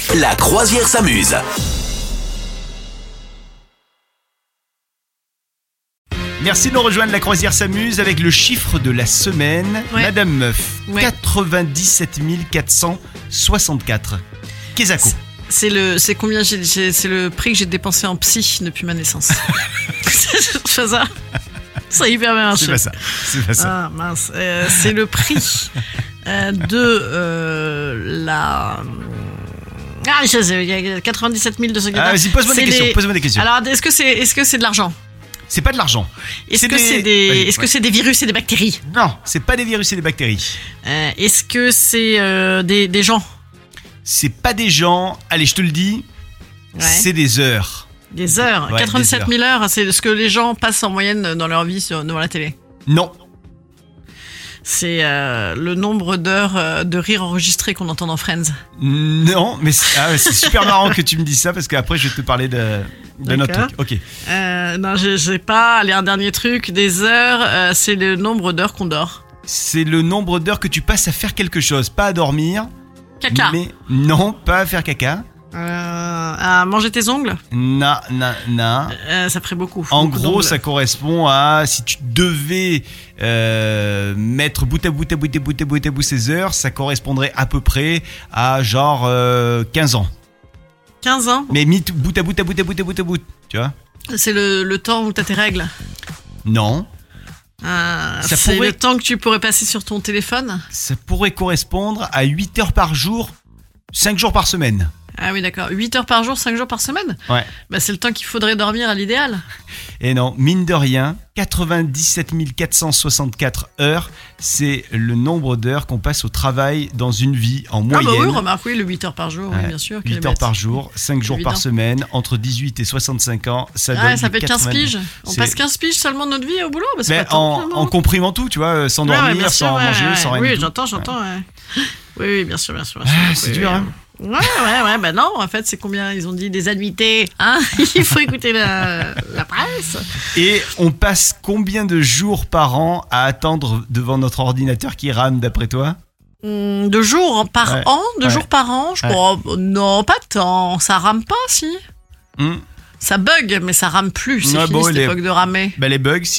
La croisière s'amuse. Merci de nous rejoindre, la croisière s'amuse avec le chiffre de la semaine. Ouais. Madame Meuf, Ouais. 97 464. Kezako. C'est combien c'est le prix que j'ai dépensé en psy depuis ma naissance. C'est ça. Ça a hyper bien marché. C'est pas ça. Ah mince. C'est le prix de la. Ah, je sais, il y a 97 200. Ah, vas-y, pose-moi des questions. Alors, est-ce que c'est de l'argent? C'est pas de l'argent. Est-ce que c'est des virus et des bactéries? Non, c'est pas des virus et des bactéries. Est-ce que c'est des gens? C'est pas des gens. Allez, je te le dis. Ouais. C'est des heures. Des heures. Ouais, 97 des 000 heures, c'est ce que les gens passent en moyenne dans leur vie devant la télé. Non. C'est le nombre d'heures de rire enregistré qu'on entend dans Friends. Non, mais c'est super marrant que tu me dises ça parce qu'après je vais te parler de notre D'accord. truc. Ok. Non, je sais pas. Allez, un dernier truc. Des heures, c'est le nombre d'heures qu'on dort. C'est le nombre d'heures que tu passes à faire quelque chose, pas à dormir. Caca. Mais non, pas à faire caca. À manger tes ongles. Non. Ça ferait beaucoup. En Beaucoup gros, d'ongles. ça correspond à si tu devais mettre bout à bout ces heures, ça correspondrait à peu près à genre 15 ans. 15 ans. Mais mis bout à bout, tu vois? C'est le temps où t'as tes règles. Non. C'est pourrait- le temps que tu pourrais passer sur ton téléphone. Ça pourrait correspondre à 8 heures par jour, 5 jours par semaine. Ah oui, d'accord. 8 heures par jour, 5 jours par semaine. Ouais. Bah, c'est le temps qu'il faudrait dormir à l'idéal. Et non, mine de rien, 97 464 heures, c'est le nombre d'heures qu'on passe au travail dans une vie en moyenne. Ah bah oui, remarque, oui, le 8 heures par jour, oui, bien sûr. 8 heures par jour, 5 jours Évident. par semaine, entre 18 et 65 ans, ça donne Ah, ça du fait 15 80. piges. On C'est- passe 15 piges seulement de notre vie au boulot. Bah, c'est Mais pas tant, en finalement. comprimant tout, tu vois, sans Ouais, dormir, bien sûr, sans ouais, manger, ouais. sans rien Oui, du tout. j'entends, ouais. Oui, bien sûr. C'est Oui, dur, oui. hein. Ouais, bah non, en fait, c'est combien ils ont dit des annuités, hein. Il faut écouter la presse. Et on passe combien de jours par an à attendre devant notre ordinateur qui rame, d'après toi? 2 jours par Ouais. an, 2 Ouais. jours par an, je Ouais. crois. Non, pas tant, ça rame pas, si. Hum. Ça bug, mais ça rame plus, c'est Ouais, fini bon, cette les- époque de ramer. Bah, les bugs,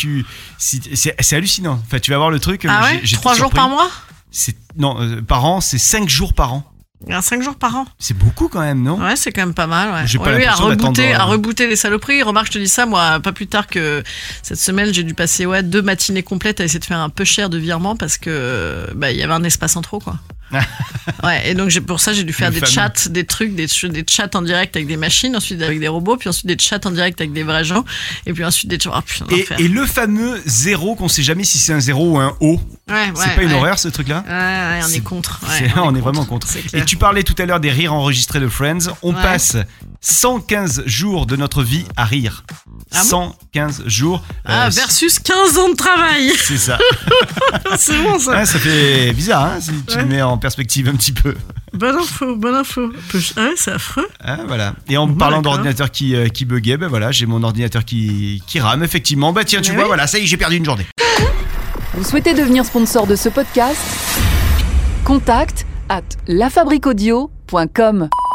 c'est hallucinant. Enfin, tu vas voir le truc. Ah ouais, j'étais 3 jours surpris. par mois. Par an, c'est 5 jours par an. 5 jours par an. C'est beaucoup quand même, non? Ouais, c'est quand même pas mal. Ouais. J'ai pas Oui, l'impression d'attendre, à rebooter les saloperies. Remarque, je te dis ça, moi, pas plus tard que cette semaine, j'ai dû passer 2 matinées complètes à essayer de faire un peu cher de virement parce que il y avait un espace en trop, quoi. Ouais, et donc pour ça j'ai dû faire Le des fameux. chats, des trucs, des chats en direct avec des machines, ensuite avec des robots, puis ensuite des chats en direct avec des vrais gens, et puis ensuite des chats. Oh, putain, l'enfer. Et le fameux 0 qu'on sait jamais si c'est un 0 ou un O. C'est pas une horreur, ce truc-là? Ouais, on est contre. Ouais, On est vraiment contre. C'est clair. Et tu parlais tout à l'heure des rires enregistrés de Friends. On Ouais. passe 115 jours de notre vie à rire. Ah bon 115 jours. Versus 15 ans de travail. C'est ça. C'est bon ça. Ouais, ça fait bizarre, hein, si tu Ouais. le mets en perspective un petit peu. Bonne info. Ouais, c'est affreux. Hein, voilà. Et en Bon, parlant d'accord. d'ordinateur qui buguait, ben voilà, j'ai mon ordinateur qui rame, effectivement. Bah tiens, tu Mais vois, oui. voilà, ça y est, j'ai perdu une journée. Vous souhaitez devenir sponsor de ce podcast ? Contact @lafabriquaudio.com